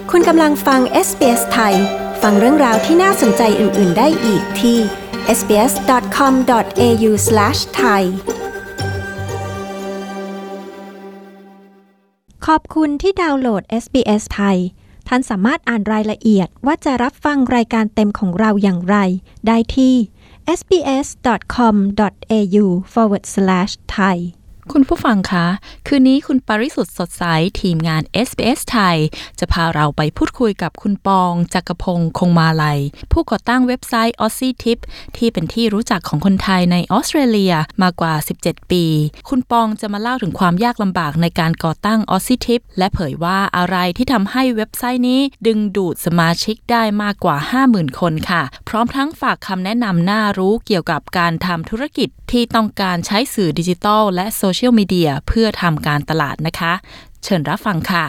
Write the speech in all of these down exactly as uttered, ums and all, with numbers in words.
คุณกำลังฟัง เอส บี เอส ไทยฟังเรื่องราวที่น่าสนใจอื่นๆได้อีกที่ เอส บี เอส ดอท คอม ดอท เอ ยู สแลช ไทย ขอบคุณที่ดาวน์โหลด เอส บี เอส ไทยท่านสามารถอ่านรายละเอียดว่าจะรับฟังรายการเต็มของเราอย่างไรได้ที่ เอส บี เอส ดอท คอม ดอท เอ ยู สแลช ไทยคุณผู้ฟังคะคืนนี้คุณปริสุทธิ์สดใสทีมงาน เอส บี เอส ไทยจะพาเราไปพูดคุยกับคุณปองจักรพงษ์คงมาลัยผู้ก่อตั้งเว็บไซต์ Aussie Tip ที่เป็นที่รู้จักของคนไทยในออสเตรเลียมากว่าสิบเจ็ดปีคุณปองจะมาเล่าถึงความยากลำบากในการก่อตั้ง Aussie Tip และเผยว่าอะไรที่ทำให้เว็บไซต์นี้ดึงดูดสมาชิกได้มากกว่า ห้าหมื่น คนค่ะพร้อมทั้งฝากคำแนะนำน่ารู้เกี่ยวกับการทำธุรกิจที่ต้องการใช้สื่อดิจิทัลและโซเชียลมีเดียเพื่อทำการตลาดนะคะเชิญรับฟังค่ะ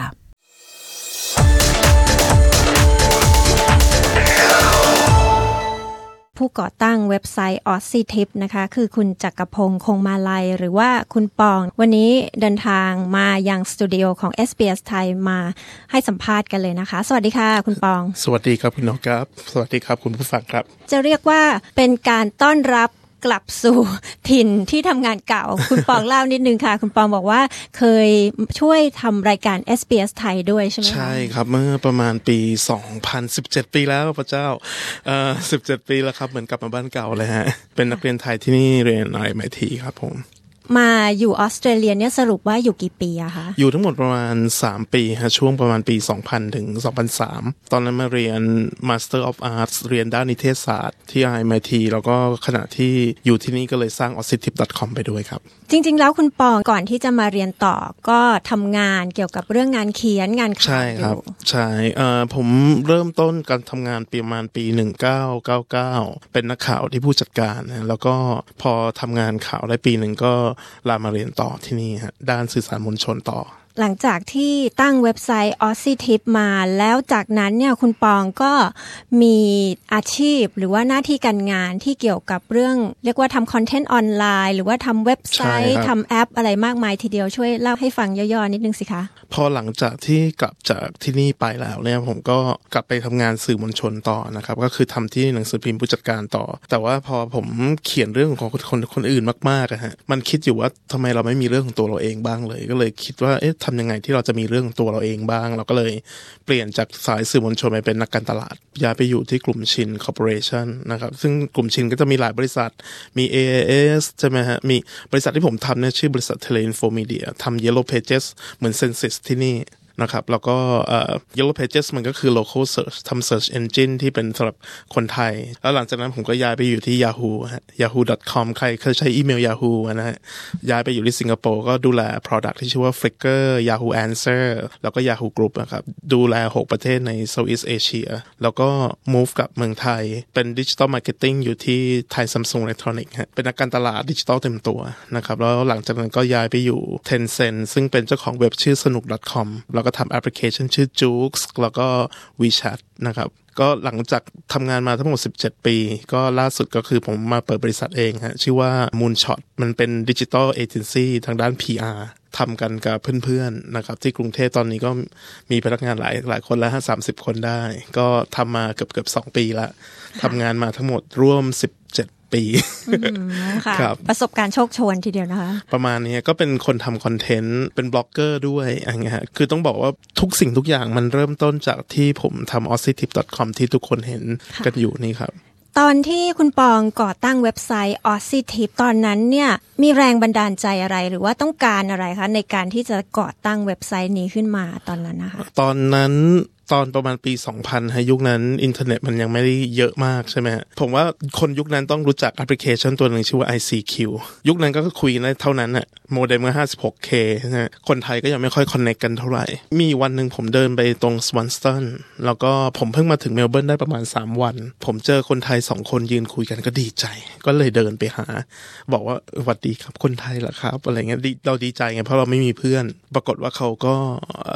ผู้ก่อตั้งเว็บไซต์ Aussie Tip นะคะคือคุณจักรพงษ์คงมาลัยหรือว่าคุณปองวันนี้เดินทางมายังสตูดิโอของ เอส บี เอส ไทยมาให้สัมภาษณ์กันเลยนะคะสวัสดีค่ะคุณปองสวัสดีครับคุณนกครับสวัสดีครับคุณผู้ฟังครับจะเรียกว่าเป็นการต้อนรับกลับสู่ถิ่นที่ทำงานเก่า คุณปองเล่านิดนึงค่ะคุณปองบอกว่าเคยช่วยทำรายการ เอส บี เอส ไทยด้วยใช่ไหมคะใช่ครับเมื่อประมาณปีสองพันสิบเจ็ดปีแล้วพระเจ้าเอ่อสิบเจ็ดปีแล้วครับเหมือนกลับมาบ้านเก่าเลยฮะเป็นนักเรียนไทยที่นี่เรียน ไอ เอ็ม ไอ ที ครับผมมาอยู่ออสเตรเลียเนี่ยสรุปว่าอยู่กี่ปีอะคะอยู่ทั้งหมดประมาณสามปีฮะช่วงประมาณปีสองพันถึงสองพันสามตอนนั้นมาเรียน Master of Arts เรียนด้านนิเทศศาสตร์ที่ ไอ เอ็ม ไอ ที แล้วก็ขณะที่อยู่ที่นี่ก็เลยสร้าง ออสซี่ทิป ดอท คอม ไปด้วยครับจริงๆแล้วคุณปองก่อนที่จะมาเรียนต่อก็ทำงานเกี่ยวกับเรื่องงานเขียนงานข่าวใช่ครับใช่เอ่อผมเริ่มต้นการทำงานประมาณปีหนึ่งเก้าเก้าเก้าเป็นนักข่าวที่ผู้จัดการนะแล้วก็พอทำงานข่าวได้ปีหนึ่งก็ลามาเรียนต่อที่นี่ฮะด้านสื่อสารมวลชนต่อหลังจากที่ตั้งเว็บไซต์ Aussie Tip มาแล้วจากนั้นเนี่ยคุณปองก็มีอาชีพหรือว่าหน้าที่การงานที่เกี่ยวกับเรื่องเรียกว่าทำคอนเทนต์ออนไลน์หรือว่าทำเว็บไซต์ทำแอปอะไรมากมายทีเดียวช่วยเล่าให้ฟังย่อๆนิดนึงสิคะพอหลังจากที่กลับจากที่นี่ไปแล้วเนี่ยผมก็กลับไปทำงานสื่อมวลชนต่อนะครับก็คือทำที่หนังสือพิมพ์ผู้จัดการต่อแต่ว่าพอผมเขียนเรื่องของคนคนคนอื่นมากๆอะฮะมันคิดอยู่ว่าทำไมเราไม่มีเรื่องของตัวเราเองบ้างเลยก็เลยคิดว่าเอ๊ะทำยังไงที่เราจะมีเรื่องตัวเราเองบ้างเราก็เลยเปลี่ยนจากสายสื่อมวลชนไปเป็นนักการตลาดย้ายไปอยู่ที่กลุ่มชินคอร์ปอเรชั่นนะครับซึ่งกลุ่มชินก็จะมีหลายบริษัทมี เอ เอ เอส ใช่ไหมฮะมีบริษัทที่ผมทำเนี่ยชื่อบริษัท Teleinfo Media ทำ Yellow Pages เหมือน Census ที่นี่นะครับแล้วก็เอ่อ Yellow Pages มันก็คือ local search ทำ search engine ที่เป็นสำหรับคนไทยแล้วหลังจากนั้นผมก็ย้ายไปอยู่ที่ Yahoo ฮะ ยาฮู ดอท คอม ใครเคยใช้อีเมล Yahoo นะฮะย้ายไปอยู่ที่สิงคโปร์ก็ดูแล product ที่ชื่อว่า Flickr Yahoo Answer แล้วก็ Yahoo Group นะครับดูแลหกประเทศใน Southeast Asia แล้วก็ move กลับเมืองไทยเป็น Digital Marketing อยู่ที่ Thai Samsung Electronics ฮะเป็นนักการตลาดดิจิทัลเต็มตัวนะครับแล้วหลังจากนั้นก็ย้ายไปอยู่ Tencent ซึ่งเป็นเจ้าของเว็บชื่อสนุก ดอท คอม แล้วก็ทำแอปพลิเคชันชื่อ Joox แล้วก็ WeChat นะครับก็หลังจากทำงานมาทั้งหมดสิบเจ็ดปีก็ล่าสุดก็คือผมมาเปิดบริษัทเองฮะชื่อว่า Moonshot มันเป็นดิจิทัลเอเจนซี่ทางด้าน พี อาร์ ทำกันกับเพื่อนๆนะครับที่กรุงเทพตอนนี้ก็มีพนักงานหลายหลายคนแล้วสามสิบคนได้ก็ทำมาเกือบเกือบสองปีละทำงานมาทั้งหมดร่วมสิบเจ็ดปีค่ะประสบการณ์โชคโชนทีเดียวนะคะประมาณนี้ก็เป็นคนทำคอนเทนต์เป็นบล็อกเกอร์ด้วยอะไรเงี้ยคือต้องบอกว่าทุกสิ่งทุกอย่างมันเริ่มต้นจากที่ผมทำ ออสซี่ทิป ดอท คอม ที่ทุกคนเห็นกันอยู่นี่ครับตอนที่คุณปองก่อตั้งเว็บไซต์ Aussie Tip ตอนนั้นเนี่ยมีแรงบันดาลใจอะไรหรือว่าต้องการอะไรคะในการที่จะก่อตั้งเว็บไซต์นี้ขึ้นมาตอนนั้นนะคะตอนนั้นตอนประมาณปีสองพันฮะยุคนั้นอินเทอร์เน็ตมันยังไม่ได้เยอะมากใช่ไหมฮะผมว่าคนยุคนั้นต้องรู้จักแอปพลิเคชันตัวหนึ่งชื่อว่า ไอ ซี คิว ยุคนั้นก็คุยได้เท่านั้นน่ะโมเด็มก็ ห้าสิบหกเค นะคนไทยก็ยังไม่ค่อยคอนเนคกันเท่าไหร่มีวันหนึ่งผมเดินไปตรงสวอนสตันแล้วก็ผมเพิ่งมาถึงเมลเบิร์นได้ประมาณสามวันผมเจอคนไทยสองคนยืนคุยกันก็ดีใจก็เลยเดินไปหาบอกว่าสวัสดีครับคนไทยเหรอครับอะไรเงี้ยเราดีใจไงเพราะเราไม่มีเพื่อนปรากฏว่าเขาก็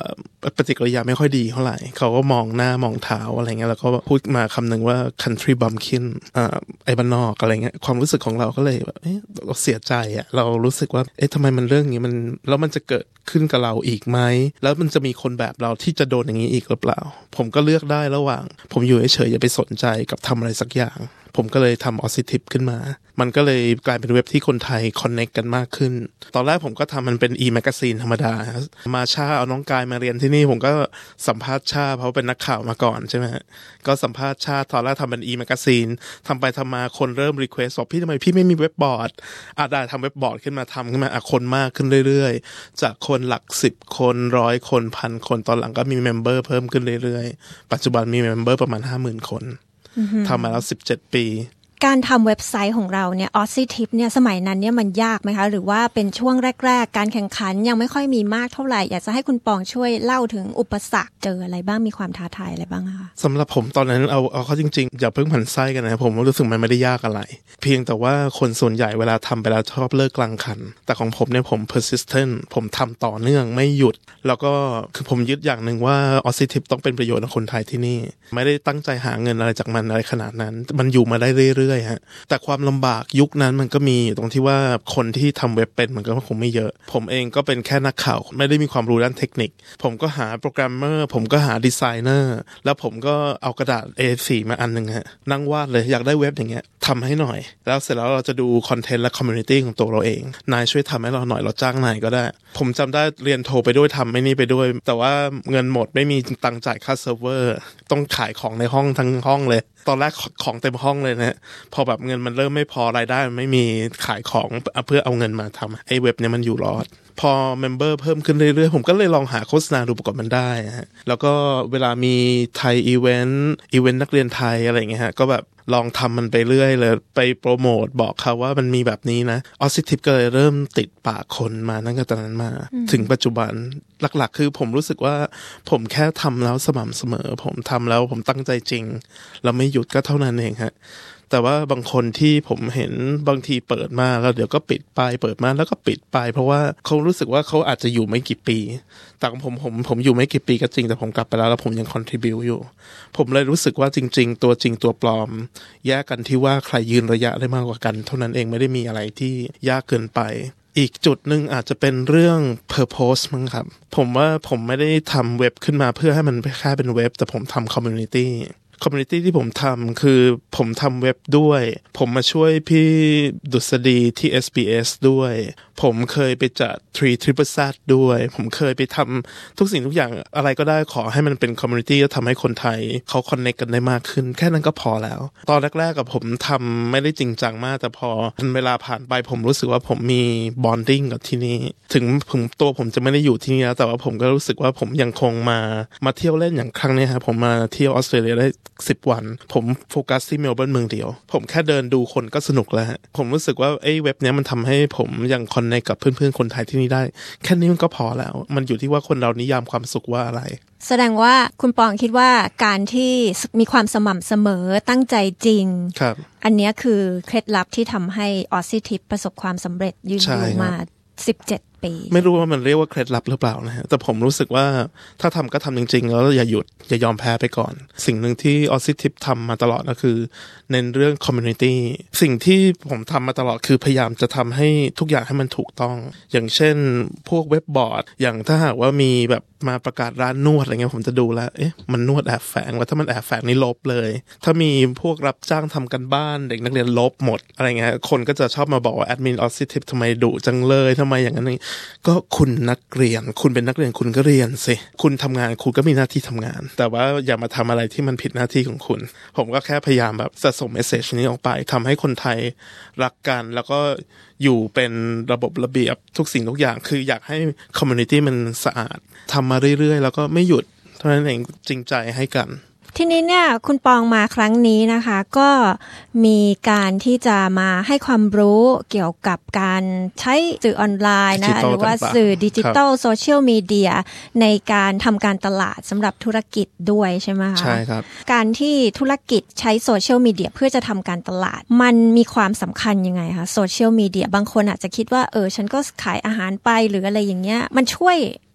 ปฏิกิริยาไม่ค่อยดีเท่าไหร่เขาก็มองหน้ามองเท้าอะไรเงี้ยแล้วก็พูดมาคำหนึ่งว่า country bumpkin อ่าไอ้บ้านนอกอะไรเงี้ยความรู้สึกของเราก็เลยแบบเอ๊ะเราเสียใจอ่ะเรารู้สึกว่าเอ๊ะทำไมมันเรื่องนี้มันแล้วมันจะเกิดขึ้นกับเราอีกไหมแล้วมันจะมีคนแบบเราที่จะโดนอย่างนี้อีกหรือเปล่าผมก็เลือกได้ระหว่างผมอยู่เฉยๆอย่าไปสนใจกับทำอะไรสักอย่างผมก็เลยทำ Aussie Tip ขึ้นมามันก็เลยกลายเป็นเว็บที่คนไทยคอนเนคกันมากขึ้นตอนแรกผมก็ทำมันเป็น e-magazine ธรรมดามาชาเอาน้องกายมาเรียนที่นี่ผมก็สัมภาษณ์ชาเพราะเป็นนักข่าวมาก่อนใช่ไหมก็สัมภาษณ์ชาตอนแรกทำเป็น e-magazine ทำไปทำมาคนเริ่ม request บอกพี่ทำไมพี่ไม่มีเว็บบอร์ดอ่ะได้ทำเว็บบอร์ดขึ้นมาทำขึ้นมาอ่ะคนมากขึ้นเรื่อยๆจากคนหลักสิบคนร้อยคนพันคนตอนหลังก็มีเมมเบอร์เพิ่มขึ้นเรื่อยๆปัจจุบันมีเมมเบอร์ประมาณ ห้าหมื่น คนทำมาแล้วสิบเจ็ดปีการทำเว็บไซต์ของเราเนี่ย Aussie Tip เนี่ยสมัยนั้นเนี่ยมันยากไหมคะหรือว่าเป็นช่วงแรกๆการแข่งขันยังไม่ค่อยมีมากเท่าไหร่อยากจะให้คุณปองช่วยเล่าถึงอุปสรรคเจออะไรบ้างมีความท้าทายอะไรบ้างคะสำหรับผมตอนนั้นเอาเอาเข้าจริงๆอย่าเพิ่งผันไส้กันนะผมรู้สึกมันไม่ได้ยากอะไรเพียงแต่ว่าคนส่วนใหญ่เวลาทำไปแล้วชอบเลิกกลางคันแต่ของผมเนี่ยผม persistent ผมทำต่อเนื่องไม่หยุดแล้วก็คือผมยึดอย่างหนึ่งว่า Aussie Tip ต้องเป็นประโยชน์กับคนไทยที่นี่ไม่ได้ตั้งใจหาเงินอะไรจากมันอะไรขนาดนั้นมันอยู่มาได้เรื่อยๆฮะแต่ความลำบากยุคนั้นมันก็มีตรงที่ว่าคนที่ทำเว็บเป็นมันก็คงไม่เยอะผมเองก็เป็นแค่นักข่าวไม่ได้มีความรู้ด้านเทคนิคผมก็หาโปรแกรมเมอร์ผมก็หาดีไซเนอร์แล้วผมก็เอากระดาษ เอ โฟร์ มาอันนึงฮะนั่งวาดเลยอยากได้เว็บอย่างเงี้ยทำให้หน่อยแล้วเสร็จแล้วเราจะดูคอนเทนต์และคอมมูนิตี้ของตัวเราเองนายช่วยทำให้เราหน่อยเราจ้างนายก็ได้ผมจำได้เรียนโทรไปด้วยทำไม่นี่ไปด้วยแต่ว่าเงินหมดไม่มีตังค์จ่ายค่าเซิร์ฟเวอร์ต้องขายของในห้องทั้งห้องเลยตอนแรกของเต็มห้องเลยนะพอแบบเงินมันเริ่มไม่พอรายได้มันไม่มีขายของเพื่อเอาเงินมาทำไอ้เว็บเนี่ยมันอยู่รอดพอเมมเบอร์เพิ่มขึ้นเรื่อยๆผมก็เลยลองหาโฆษณาดูปรากฏมันได้ฮะแล้วก็เวลามีไทยอีเวนต์อีเวนต์นักเรียนไทยอะไรอย่างเงี้ยฮะก็แบบลองทำมันไปเรื่อยเลยไปโปรโมทบอกเขาว่ามันมีแบบนี้นะ Aussie Tip ก็เลยเริ่มติดปากคนมาตั้งแต่ตอนนั้นมาถึงปัจจุบันหลักๆคือผมรู้สึกว่าผมแค่ทำแล้วสม่ำเสมอผมทำแล้วผมตั้งใจจริงแล้วไม่หยุดก็เท่านั้นเองฮะแต่ว่าบางคนที่ผมเห็นบางทีเปิดมาแล้วเดี๋ยวก็ปิดไปเปิดมาแล้วก็ปิดไปเพราะว่าเขารู้สึกว่าเขาอาจจะอยู่ไม่กี่ปีแต่ของผมผมผมอยู่ไม่กี่ปีก็จริงแต่ผมกลับไปแล้วแล้วผมยังคอนทริบิวอยู่ผมเลยรู้สึกว่าจริงๆตัวจริงตัวปลอมแยกกันที่ว่าใครยืนระยะได้มากกว่ากันเท่านั้นเองไม่ได้มีอะไรที่ยากเกินไปอีกจุดหนึ่งอาจจะเป็นเรื่อง purpose มั้งครับผมว่าผมไม่ได้ทำเว็บขึ้นมาเพื่อให้มันแค่เป็นเว็บแต่ผมทำ communityคอมมูนิตี้ที่ผมทำคือผมทำเว็บด้วยผมมาช่วยพี่ดุษฎีที่ เอส บี เอส ด้วยผมเคยไปจัดทรี Triple Z ด้วยผมเคยไปทำทุกสิ่งทุกอย่างอะไรก็ได้ขอให้มันเป็นคอมมูนิตี้แล้วทำให้คนไทยเขาคอนเนคกันได้มากขึ้นแค่นั้นก็พอแล้วตอนแรกๆกับผมทำไม่ได้จริงจังมากแต่พอเวลาผ่านไปผมรู้สึกว่าผมมีบอนดิ้งกับที่นี่ถึงผมตัวผมจะไม่ได้อยู่ที่นี่แล้วแต่ว่าผมก็รู้สึกว่าผมยังคงมามาเที่ยวเล่นอย่างครั้งนี้ครับผมมาเที่ยวออสเตรเลียได้สิบวันผมโฟกัสที่เมลเบิร์นเมืองเดียวผมแค่เดินดูคนก็สนุกแล้วผมรู้สึกว่าไอ้เว็บเนี้ยมันทำให้ผมยังคอนเนคกับเพื่อนๆคนไทยที่นี่ได้แค่นี้มันก็พอแล้วมันอยู่ที่ว่าคนเรานิยามความสุขว่าอะไรแสดงว่าคุณปองคิดว่าการที่มีความสม่ำเสมอตั้งใจจริงครับอันนี้คือเคล็ดลับที่ทำให้ Aussie Tip ประสบความสำเร็จยืนอยู่มาสิบเจ็ดปีไม่รู้ว่ามันเรียกว่าเคล็ดลับหรือเปล่านะฮะแต่ผมรู้สึกว่าถ้าทำก็ทำจริงๆแล้วอย่าหยุดอย่ายอมแพ้ไปก่อนสิ่งหนึ่งที่ Aussie Tip ทำมาตลอดก็คือเน้นเรื่อง community สิ่งที่ผมทำมาตลอดคือพยายามจะทำให้ทุกอย่างให้มันถูกต้องอย่างเช่นพวกเว็บบอร์ดอย่างถ้าหากว่ามีแบบมาประกาศร้านนวดอะไรเงี้ยผมจะดูแล้วเอ๊ะมันนวดแอบแฝงว่าถ้ามันแอบแฝงนี่ลบเลยถ้ามีพวกรับจ้างทำกันบ้านเด็กนักเรียนลบหมดอะไรเงี้ยคนก็จะชอบมาบอกว่าแอดมิน Aussie Tip ทำไมดุจังเลยทำไมอย่างนั้นก็คุณนักเรียนคุณเป็นนักเรียนคุณก็เรียนสิคุณทำงานคุณก็มีหน้าที่ทำงานแต่ว่าอย่ามาทำอะไรที่มันผิดหน้าที่ของคุณผมก็แค่พยายามแบบจะส่งเมสเสจนี้ออกไปทำให้คนไทยรักกันแล้วก็อยู่เป็นระบบระเบียบทุกสิ่งทุกอย่างคืออยากให้คอมมูนิตี้มันสะอาดทำมาเรื่อยๆแล้วก็ไม่หยุดเท่านั้นเองจริงใจให้กันทีนี้เนี่ยคุณปองมาครั้งนี้นะคะก็มีการที่จะมาให้ความรู้เกี่ยวกับการใช้สื่อออนไลน์นะหรือว่าสื่อดิจิทัลโซเชียลมีเดียในการทำการตลาดสำหรับธุรกิจด้วยใช่ไหมคะใช่ครับการที่ธุรกิจใช้โซเชียลมีเดียเพื่อจะทำการตลาดมันมีความสำคัญยังไงคะโซเชียลมีเดียบางคนอาจจะคิดว่าเออฉันก็ขายอาหารไปหรืออะไรอย่างเงี้ยมันช่วย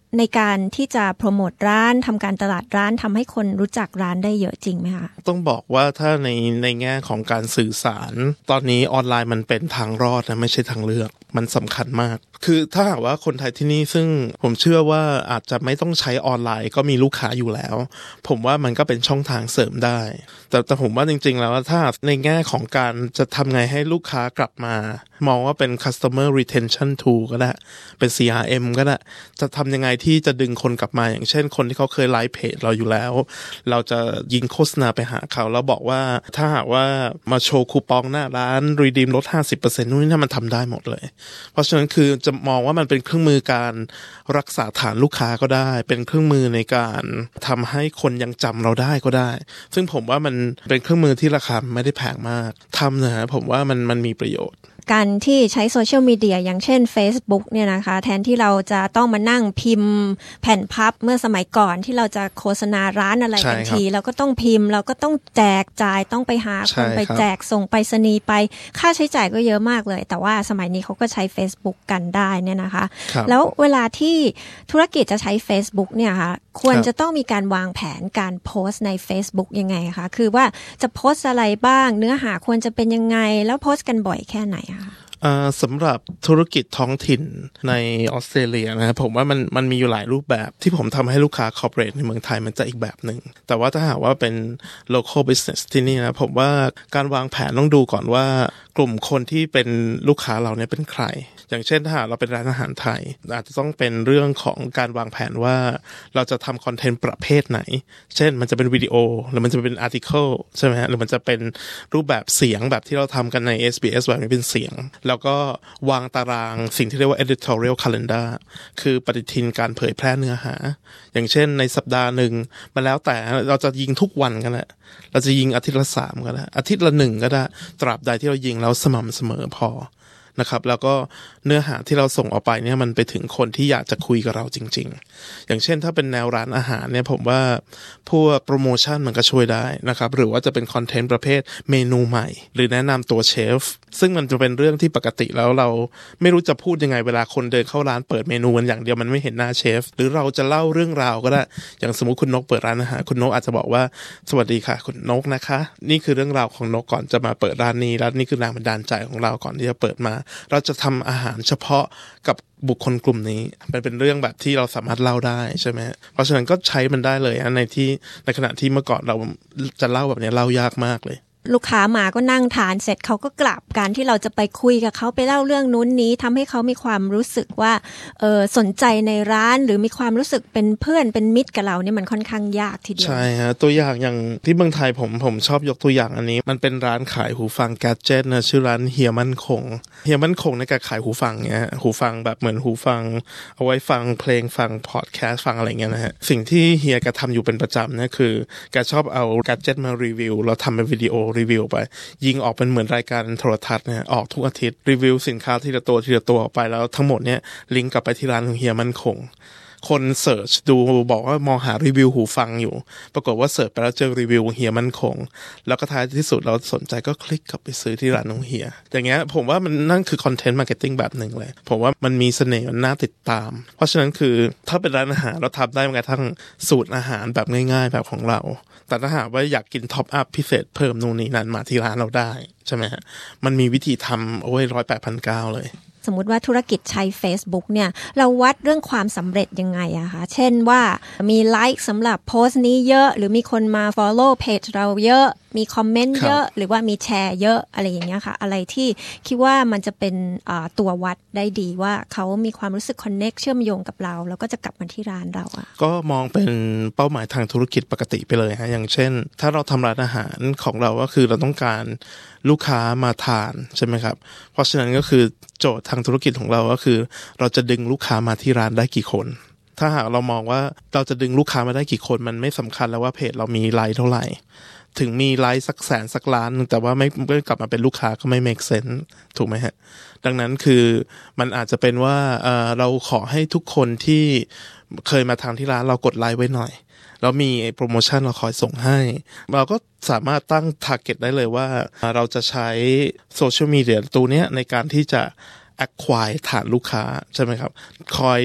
ในการที่จะโปรโมทร้านทำการตลาดร้านทำให้คนรู้จักร้านได้เยอะจริงไหมคะต้องบอกว่าถ้าในในแง่ของการสื่อสารตอนนี้ออนไลน์มันเป็นทางรอดนะไม่ใช่ทางเลือกมันสำคัญมากคือถ้าหากว่าคนไทยที่นี่ซึ่งผมเชื่อว่าอาจจะไม่ต้องใช้ออนไลน์ก็มีลูกค้าอยู่แล้วผมว่ามันก็เป็นช่องทางเสริมได้แต่แต่ผมว่าจริงๆแล้วถ้าในแง่ของการจะทำไงให้ลูกค้ากลับมามองว่าเป็น customer retention tool ก็ได้เป็น ซี อาร์ เอ็ม ก็ได้จะทำยังไงที่จะดึงคนกลับมาอย่างเช่นคนที่เขาเคยไลฟ์เพจเราอยู่แล้วเราจะยิงโฆษณาไปหาเขาแล้วบอกว่าถ้าหากว่ามาโชว์คูปองหน้าร้าน redeem ลด ห้าสิบเปอร์เซ็นต์ นู่นนี่นั่นมันทำได้หมดเลยเพราะฉะนั้นคือจะมองว่ามันเป็นเครื่องมือการรักษาฐานลูกค้าก็ได้เป็นเครื่องมือในการทำให้คนยังจำเราได้ก็ได้ซึ่งผมว่ามันเป็นเครื่องมือที่ราคาไม่ได้แพงมากทำนะฮะผมว่ามันมันมีประโยชน์การที่ใช้โซเชียลมีเดียอย่างเช่น Facebook เนี่ยนะคะแทนที่เราจะต้องมานั่งพิมพ์แผ่นพับเมื่อสมัยก่อนที่เราจะโฆษณาร้านอะไรกันทีเราก็ต้องพิมพ์เราก็ต้องแจกจ่ายต้องไปหาคนไปแจกส่งไปรษณีย์ไปค่าใช้จ่ายก็เยอะมากเลยแต่ว่าสมัยนี้เขาก็ใช้ Facebook กันได้เนี่ยนะคะแล้วเวลาที่ธุรกิจจะใช้ Facebook เนี่ยค่ะควรจะต้องมีการวางแผนการโพสต์ใน Facebook ยังไงคะคือว่าจะโพสต์อะไรบ้างเนื้อหาควรจะเป็นยังไงแล้วโพสต์กันบ่อยแค่ไหนคะสำหรับธุรกิจท้องถิ่นในออสเตรเลียนะครับผมว่ามันมันมีอยู่หลายรูปแบบที่ผมทำให้ลูกค้าคอร์ปอเรทในเมืองไทยมันจะอีกแบบหนึ่งแต่ว่าถ้าหากว่าเป็น local business ที่นี่นะผมว่าการวางแผนต้องดูก่อนว่ากลุ่มคนที่เป็นลูกค้าเราเนี่ยเป็นใครอย่างเช่นถ้าเราเป็นร้านอาหารไทยอาจจะต้องเป็นเรื่องของการวางแผนว่าเราจะทำคอนเทนต์ประเภทไหนเช่นมันจะเป็นวิดีโอหรือมันจะเป็นอาร์ติเคิลใช่ไหมฮะหรือมันจะเป็นรูปแบบเสียงแบบที่เราทำกันใน เอส บี เอส แบบนี้เป็นเสียงแล้วก็วางตารางสิ่งที่เรียกว่า editorial calendar คือปฏิทินการเผยแพร่เนื้อหาอย่างเช่นในสัปดาห์หนึ่งมาแล้วแต่เราจะยิงทุกวันกันแหละเราจะยิงอาทิตย์ละสามก็ได้อาทิตย์ละหนึ่งก็ได้ตราบใดที่เรายิงแล้วสม่ำเสมอพอนะครับแล้วก็เนื้อหาที่เราส่งออกไปเนี่ยมันไปถึงคนที่อยากจะคุยกับเราจริงๆอย่างเช่นถ้าเป็นแนวร้านอาหารเนี่ยผมว่าพวกโปรโมชั่นมันก็ช่วยได้นะครับหรือว่าจะเป็นคอนเทนต์ประเภทเมนูใหม่หรือแนะนำตัวเชฟซึ่งมันจะเป็นเรื่องที่ปกติแล้วเราไม่รู้จะพูดยังไงเวลาคนเดินเข้าร้านเปิดเมนูกันอย่างเดียวมันไม่เห็นหน้าเชฟหรือเราจะเล่าเรื่องราวก็ได้อย่างสมมุติคุณนกเปิดร้านอาหารคุณนกอาจจะบอกว่าสวัสดีค่ะคุณนกนะคะนี่คือเรื่องราวของนกก่อนจะมาเปิดร้านนี้แล้วนี่คือแรงบันดาลใจของเราก่อนที่จะเปิดมาเราจะทำอาหารเฉพาะกับบุคคลกลุ่มนี้มันเป็นเรื่องแบบที่เราสามารถเล่าได้ใช่ไหมเพราะฉะนั้นก็ใช้มันได้เลยในที่ในขณะที่เมื่อก่อนเราจะเล่าแบบนี้เล่ายากมากเลยลูกค้ามาก็นั่งทานเสร็จเขาก็กลับการที่เราจะไปคุยกับเขาไปเล่าเรื่องนู้นนี้ทำให้เขามีความรู้สึกว่าเออสนใจในร้านหรือมีความรู้สึกเป็นเพื่อนเป็นมิตรกับเราเนี่ยมันค่อนข้างยากทีเดียวใช่ฮะตัวอย่างอย่างที่เมืองไทยผมผมชอบยกตัวอย่างอันนี้มันเป็นร้านขายหูฟังแกดเจ็ตนะชื่อร้านเฮียมั่นคงเฮียมั่นคงในการขายหูฟังเนี้ยหูฟังแบบเหมือนหูฟังเอาไว้ฟังเพลงฟังพอดแคสต์ฟังอะไรเงี้ยนะฮะสิ่งที่เฮียแกทำอยู่เป็นประจำเนี่ยคือแกชอบเอาแกดเจ็ตมารีวิวเราทำเป็นวิดีโอรีวิวไปยิงออกเป็นเหมือนรายการโทรทัศน์เนี่ยออกทุกอาทิตย์รีวิวสินค้าทีละตัวทีละตัวออกไปแล้วทั้งหมดเนี่ยลิงก์กลับไปที่ร้านของเฮียมั่นคงคนเสิร์ชดูบอกว่ามองหารีวิวหูฟังอยู่ปรากฏว่าเสิร์ชไปแล้วเจอรีวิวเฮียมั่นคงแล้วก็ท้ายที่สุดเราสนใจก็คลิกกลับไปซื้อที่ร้านของเฮียอย่างเงี้ยผมว่ามันนั่นคือคอนเทนต์มาร์เก็ตติ้งแบบหนึ่งเลยผมว่ามันมีเสน่ห์มันน่าติดตามเพราะฉะนั้นคือถ้าเป็นร้านอาหารเราทำได้แม้กระทั่งสูตรอาหารแบบง่ายๆแบบของเราแต่ถ้าหากว่าอยากกินท็อปอัพพิเศษเพิ่มนู่นนี่นั่นมาที่ร้านเราได้ใช่ไหมฮะมันมีวิธีทำโอ้ยร้อยแปดพันเก้าเลยสมมุติว่าธุรกิจใช้ Facebook เนี่ยเราวัดเรื่องความสำเร็จยังไงอะคะเช่นว่ามีไลค์สำหรับโพสต์นี้เยอะหรือมีคนมา follow page เราเยอะมีคอมเมนต์เยอะหรือว่ามีแชร์เยอะอะไรอย่างเงี้ยค่ะอะไรที่คิดว่ามันจะเป็นตัววัดได้ดีว่าเขามีความรู้สึก connect เชื่อมโยงกับเราแล้วก็จะกลับมาที่ร้านเราอะก็มองเป็นเป้าหมายทางธุรกิจปกติไปเลยฮะอย่างเช่นถ้าเราทำร้านอาหารของเราก็คือเราต้องการลูกค้ามาทานใช่ไหมครับเพราะฉะนั้นก็คือโจทย์ทางธุรกิจของเราก็คือเราจะดึงลูกค้ามาที่ร้านได้กี่คนถ้าหากเรามองว่าเราจะดึงลูกค้ามาได้กี่คนมันไม่สำคัญแล้วว่าเพจเรามีไลค์เท่าไหร่ถึงมีไลค์สักแสนสักล้านแต่ว่าไม่ไม่กลับมาเป็นลูกค้าก็ไม่ make sense ถูกไหมฮะดังนั้นคือมันอาจจะเป็นว่าเอ่อเราขอให้ทุกคนที่เคยมาทานที่ร้านเรากดไลค์ไว้หน่อยแล้วมีโปรโมชั่นเราคอยส่งให้เราก็สามารถตั้ง target ได้เลยว่าเราจะใช้โซเชียลมีเดียตัวเนี้ยในการที่จะacquire ฐานลูกค้าใช่ไหมครับคอย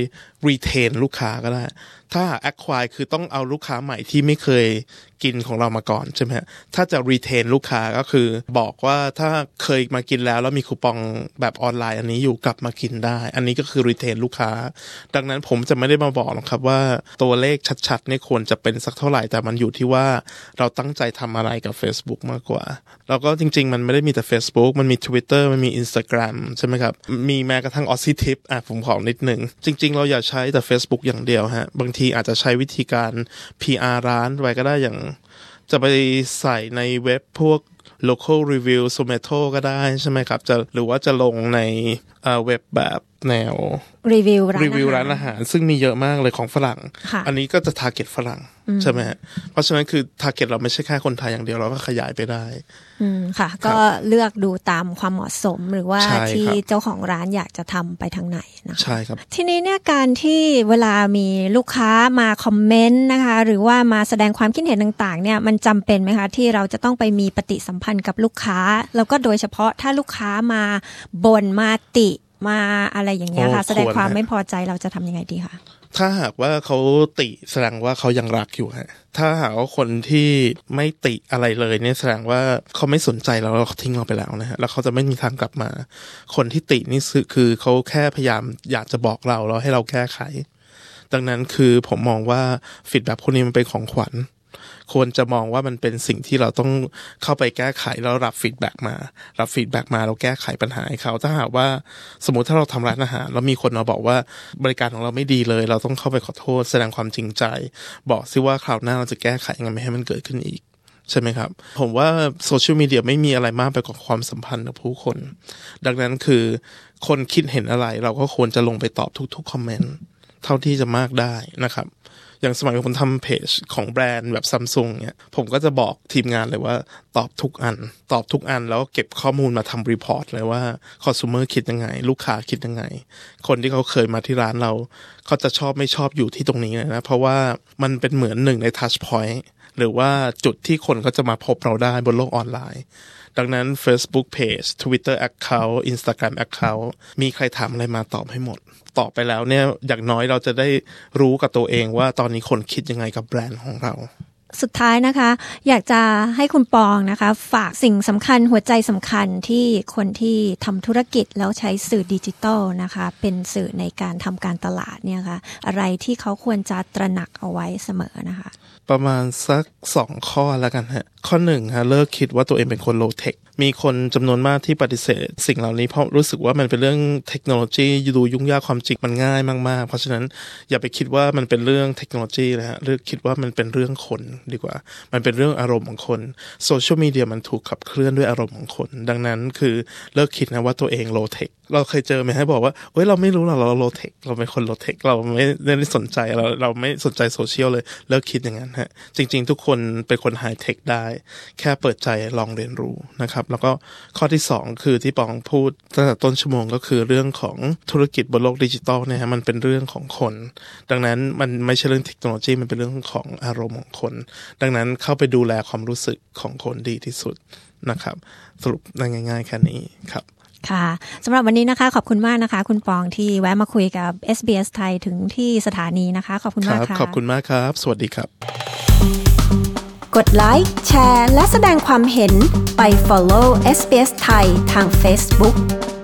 retain ลูกค้าก็ได้ถ้า acquire คือต้องเอาลูกค้าใหม่ที่ไม่เคยกินของเรามาก่อนใช่ไหมฮะถ้าจะ retain ลูกค้าก็คือบอกว่าถ้าเคยมากินแล้วแล้วมีคูปองแบบออนไลน์อันนี้อยู่กลับมากินได้อันนี้ก็คือ retain ลูกค้าดังนั้นผมจะไม่ได้มาบอกหรอกครับว่าตัวเลขชัดๆเนี่ยควรจะเป็นสักเท่าไหร่แต่มันอยู่ที่ว่าเราตั้งใจทำอะไรกับ Facebook มากกว่าแล้วก็จริงๆมันไม่ได้มีแต่ Facebook มันมี Twitter มันมี Instagram ใช่ไหมครับมีแม้กระทั่ง Aussie Tip อ่ะผมขอนิดนึงจริงๆเราอย่าใช้แต่ Facebook อย่างเดียวฮะบางทีอาจจะใช้วิธีการ พี อาร์ ร้านไว้ก็ได้อย่างจะไปใส่ในเว็บพวก local review Zomato ก็ได้ใช่ไหมครับจะหรือว่าจะลงในเอ่อเว็บแบบแนวรีวิวร้านรีวิวร้านอาหารซึ่งมีเยอะมากเลยของฝรั่งอันนี้ก็จะ target ฝรั่งใช่ไหมฮะเพราะฉะนั้นคือ target เราไม่ใช่แค่คนไทยอย่างเดียวเราก็ขยายไปได้อืมค่ะก็เลือกดูตามความเหมาะสมหรือว่าที่เจ้าของร้านอยากจะทำไปทางไหนนะคะใช่ครับทีนี้เนี่ยการที่เวลามีลูกค้ามาคอมเมนต์นะคะหรือว่ามาแสดงความคิดเห็นต่างๆเนี่ยมันจำเป็นไหมคะที่เราจะต้องไปมีปฏิสัมพันธ์กับลูกค้าแล้วก็โดยเฉพาะถ้าลูกค้ามาบ่นมาติมาอะไรอย่างเงี้ยค่ะแสดงความไม่พอใจเราจะทำยังไงดีคะถ้าหากว่าเขาติแสดงว่าเขายังรักอยู่ฮะถ้าหากว่าคนที่ไม่ติอะไรเลยเนี่ยแสดงว่าเขาไม่สนใจเราแล้วเขาทิ้งเราไปแล้วนะฮะแล้วเขาจะไม่มีทางกลับมาคนที่ตินี่คือเขาแค่พยายามอยากจะบอกเราแล้วให้เราแก้ไขดังนั้นคือผมมองว่าฟีดแบ็กพวกนี้มันเป็นของขวัญควรจะมองว่ามันเป็นสิ่งที่เราต้องเข้าไปแก้ไขแล้วรับฟีดแบ็กมารับฟีดแบ็กมาเราแก้ไขปัญหาให้เขาถ้าหากว่าสมมุติถ้าเราทำร้านอาหารแล้วมีคนมาบอกว่าบริการของเราไม่ดีเลยเราต้องเข้าไปขอโทษแสดงความจริงใจบอกซิว่าคราวหน้าเราจะแก้ไขยังไงไม่ให้มันเกิดขึ้นอีกใช่ไหมครับผมว่าโซเชียลมีเดียไม่มีอะไรมากไปกว่าความสัมพันธ์กับผู้คนดังนั้นคือคนคิดเห็นอะไรเราก็ควรจะลงไปตอบทุกๆคอมเมนต์เท่าที่จะมากได้นะครับอย่างสมัยผมทำเพจของแบรนด์แบบ Samsung เนี่ยผมก็จะบอกทีมงานเลยว่าตอบทุกอันตอบทุกอันแล้วเก็บข้อมูลมาทำรีพอร์ตเลยว่าคอน sumer คิดยังไงลูกค้าคิดยังไงคนที่เขาเคยมาที่ร้านเราเขาจะชอบไม่ชอบอยู่ที่ตรงนี้เลยนะเพราะว่ามันเป็นเหมือนหนึ่งใน touch point หรือว่าจุดที่คนเขาจะมาพบเราได้บนโลกออนไลน์ดังนั้น Facebook Page Twitter Account Instagram Account มีใครถามอะไรมาตอบให้หมดตอบไปแล้วเนี่ยอย่างน้อยเราจะได้รู้กับตัวเองว่าตอนนี้คนคิดยังไงกับแบรนด์ของเราสุดท้ายนะคะอยากจะให้คุณปองนะคะฝากสิ่งสำคัญหัวใจสำคัญที่คนที่ทำธุรกิจแล้วใช้สื่อดิจิทัลนะคะเป็นสื่อในการทำการตลาดเนี่ยค่ะอะไรที่เขาควรจะตระหนักเอาไว้เสมอนะคะประมาณสักสองข้อแล้วกันฮะข้อหนึ่งฮะเลิกคิดว่าตัวเองเป็นคนโลเทคมีคนจำนวนมากที่ปฏิเสธสิ่งเหล่านี้เพราะรู้สึกว่ามันเป็นเรื่องเทคโนโลยีดูยุ่งยากความจริงมันง่ายมากๆเพราะฉะนั้นอย่าไปคิดว่ามันเป็นเรื่องเทคโนโลยีนะฮะเลิกคิดว่ามันเป็นเรื่องคนดีกว่ามันเป็นเรื่องอารมณ์ของคนโซเชียลมีเดียมันถูกขับเคลื่อนด้วยอารมณ์ของคนดังนั้นคือเลิกคิดนะว่าตัวเองโลเทคเราเคยเจอไหมให้บอกว่าเฮ้ยเราไม่รู้หรอกเราโลเทคเราเป็นคนโลเทคเราไม่ได้สนใจเราเราไม่สนใจโซเชียลเลยเลิกคิดอย่างนั้นฮะจริงๆทุกคนเป็นคนไฮเทคได้แค่เปิดใจลองเรียนรู้นะครับแล้วก็ข้อที่สองคือที่ปองพูดตั้งแต่ต้นชั่วโมงก็คือเรื่องของธุรกิจบนโลกดิจิตอลเนี่ยฮะมันเป็นเรื่องของคนดังนั้นมันไม่ใช่เรื่องเทคโนโลยีมันเป็นเรื่องของอารมณ์ของคนดังนั้นเข้าไปดูแลความรู้สึกของคนดีที่สุดนะครับสรุปง่ายๆแค่นี้ครับค่ะสำหรับวันนี้นะคะขอบคุณมากนะคะคุณปองที่แวะมาคุยกับ เอส บี เอส ไทยถึงที่สถานีนะคะขอบคุณมากค่ะขอบคุณมากครับสวัสดีครับกดไลค์แชร์และแสดงความเห็นไป follow เอส บี เอส ไทยทาง Facebook